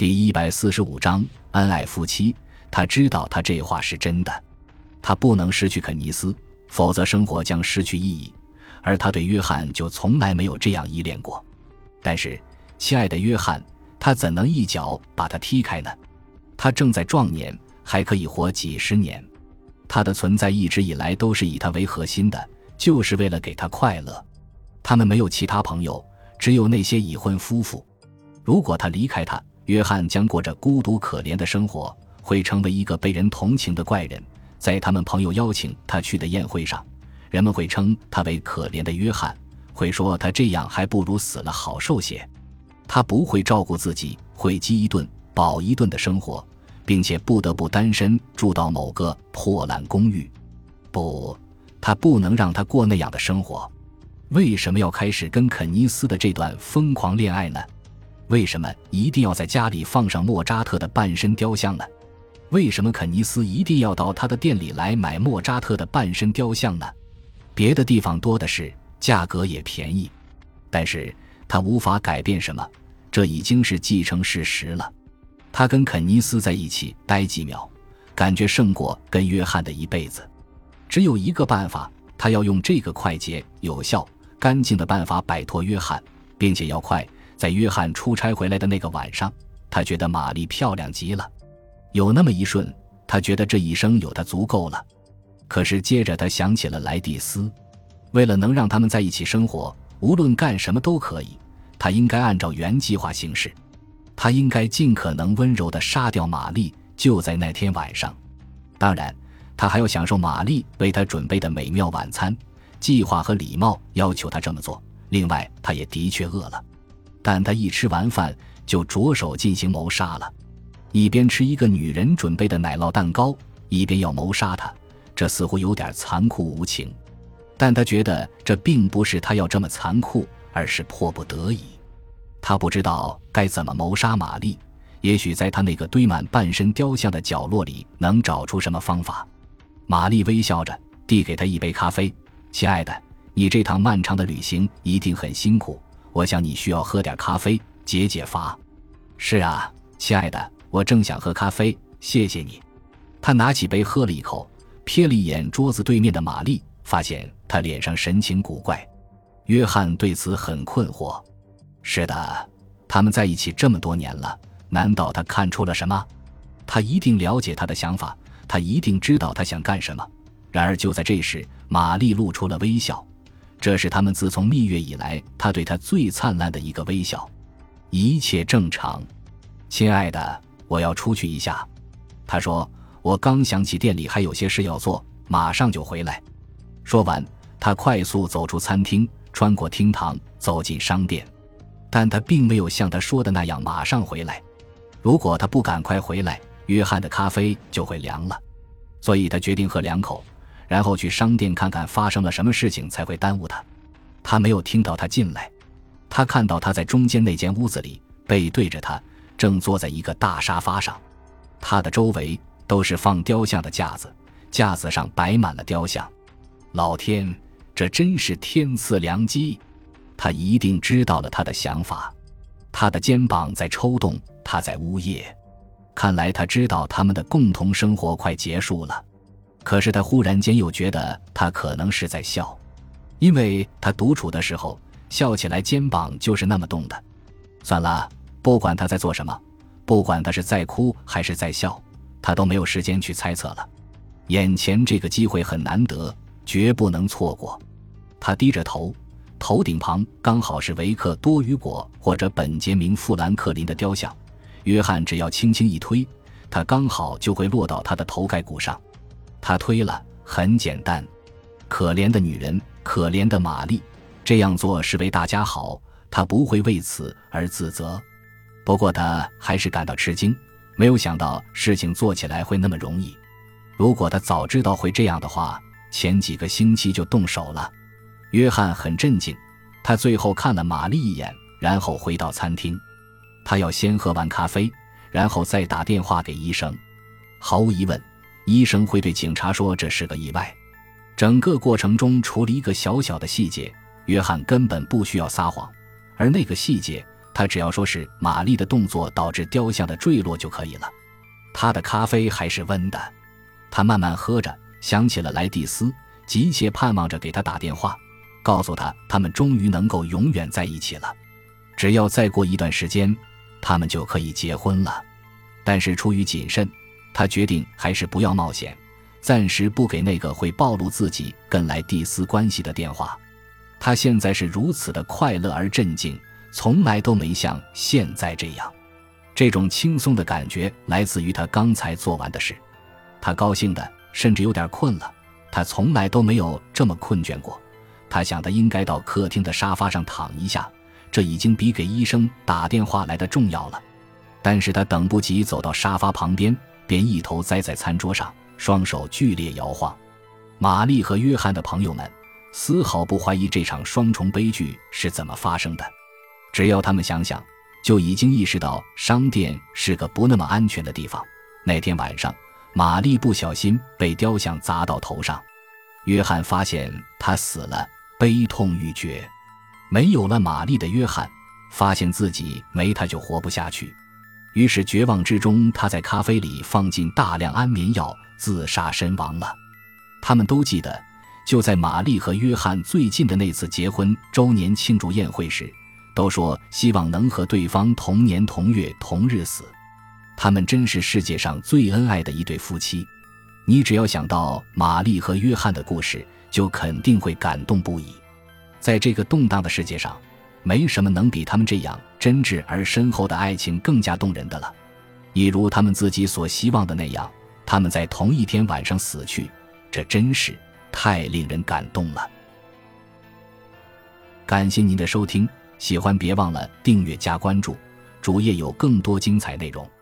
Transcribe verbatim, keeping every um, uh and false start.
第一百四十五章恩爱夫妻。他知道他这话是真的，他不能失去肯尼斯，否则生活将失去意义，而他对约翰就从来没有这样依恋过。但是亲爱的约翰，他怎能一脚把他踢开呢？他正在壮年，还可以活几十年。他的存在一直以来都是以他为核心的，就是为了给他快乐。他们没有其他朋友，只有那些已婚夫妇。如果他离开他，约翰将过着孤独可怜的生活，会成为一个被人同情的怪人。在他们朋友邀请他去的宴会上，人们会称他为可怜的约翰，会说他这样还不如死了好受些。他不会照顾自己，会饥一顿饱一顿的生活，并且不得不单身住到某个破烂公寓。不，他不能让他过那样的生活。为什么要开始跟肯尼斯的这段疯狂恋爱呢？为什么一定要在家里放上莫扎特的半身雕像呢？为什么肯尼斯一定要到他的店里来买莫扎特的半身雕像呢？别的地方多的是，价格也便宜，但是他无法改变什么，这已经是既成事实了。他跟肯尼斯在一起待几秒，感觉胜过跟约翰的一辈子。只有一个办法，他要用这个快捷、有效、干净的办法摆脱约翰，并且要快。在约翰出差回来的那个晚上，他觉得玛丽漂亮极了。有那么一瞬，他觉得这一生有她足够了。可是接着他想起了莱蒂斯，为了能让他们在一起生活，无论干什么都可以，他应该按照原计划行事。他应该尽可能温柔地杀掉玛丽，就在那天晚上。当然，他还要享受玛丽为他准备的美妙晚餐，计划和礼貌要求他这么做。另外，他也的确饿了。但他一吃完饭就着手进行谋杀了，一边吃一个女人准备的奶酪蛋糕，一边要谋杀她，这似乎有点残酷无情。但他觉得这并不是他要这么残酷，而是迫不得已。他不知道该怎么谋杀玛丽，也许在他那个堆满半身雕像的角落里能找出什么方法。玛丽微笑着递给他一杯咖啡，亲爱的，你这趟漫长的旅行一定很辛苦，我想你需要喝点咖啡解解乏。是啊，亲爱的，我正想喝咖啡，谢谢你。他拿起杯喝了一口，瞥了一眼桌子对面的玛丽，发现她脸上神情古怪。约翰对此很困惑。是的，他们在一起这么多年了，难道他看出了什么？他一定了解他的想法，他一定知道他想干什么。然而就在这时，玛丽露出了微笑，这是他们自从蜜月以来他对她最灿烂的一个微笑。一切正常。亲爱的，我要出去一下。他说，我刚想起店里还有些事要做，马上就回来。说完，他快速走出餐厅，穿过厅堂，走进商店。但他并没有像他说的那样马上回来。如果他不赶快回来，约翰的咖啡就会凉了。所以他决定喝两口，然后去商店看看发生了什么事情才会耽误他。他没有听到他进来，他看到他在中间那间屋子里，背对着他，正坐在一个大沙发上。他的周围都是放雕像的架子，架子上摆满了雕像。老天，这真是天赐良机。他一定知道了他的想法。他的肩膀在抽动，他在呜咽。看来他知道他们的共同生活快结束了。可是他忽然间又觉得他可能是在笑，因为他独处的时候笑起来肩膀就是那么动的。算了，不管他在做什么，不管他是在哭还是在笑，他都没有时间去猜测了。眼前这个机会很难得，绝不能错过。他低着头，头顶旁刚好是维克多·雨果或者本杰明·富兰克林的雕像，约翰只要轻轻一推，他刚好就会落到他的头盖骨上。他推了，很简单。可怜的女人，可怜的玛丽，这样做是为大家好，他不会为此而自责。不过他还是感到吃惊，没有想到事情做起来会那么容易。如果他早知道会这样的话，前几个星期就动手了。约翰很镇静，他最后看了玛丽一眼，然后回到餐厅。他要先喝完咖啡，然后再打电话给医生。毫无疑问，医生会对警察说这是个意外。整个过程中除了一个小小的细节，约翰根本不需要撒谎，而那个细节他只要说是玛丽的动作导致雕像的坠落就可以了。他的咖啡还是温的，他慢慢喝着，想起了莱蒂斯，急切盼望着给他打电话，告诉他他们终于能够永远在一起了。只要再过一段时间，他们就可以结婚了。但是出于谨慎，他决定还是不要冒险，暂时不给那个会暴露自己跟莱蒂斯关系的电话。他现在是如此的快乐而镇静，从来都没像现在这样。这种轻松的感觉来自于他刚才做完的事。他高兴的甚至有点困了，他从来都没有这么困倦过。他想他应该到客厅的沙发上躺一下，这已经比给医生打电话来的重要了。但是他等不及走到沙发旁边，便一头栽在餐桌上，双手剧烈摇晃。玛丽和约翰的朋友们丝毫不怀疑这场双重悲剧是怎么发生的，只要他们想想，就已经意识到商店是个不那么安全的地方。那天晚上，玛丽不小心被雕像砸到头上，约翰发现她死了，悲痛欲绝。没有了玛丽的约翰发现自己没她就活不下去，于是绝望之中，他在咖啡里放进大量安眠药，自杀身亡了。他们都记得，就在玛丽和约翰最近的那次结婚周年庆祝宴会时，都说希望能和对方同年同月同日死。他们真是世界上最恩爱的一对夫妻。你只要想到玛丽和约翰的故事，就肯定会感动不已。在这个动荡的世界上，没什么能比他们这样真挚而深厚的爱情更加动人的了。一如他们自己所希望的那样，他们在同一天晚上死去，这真是太令人感动了。感谢您的收听，喜欢别忘了订阅加关注，主页有更多精彩内容。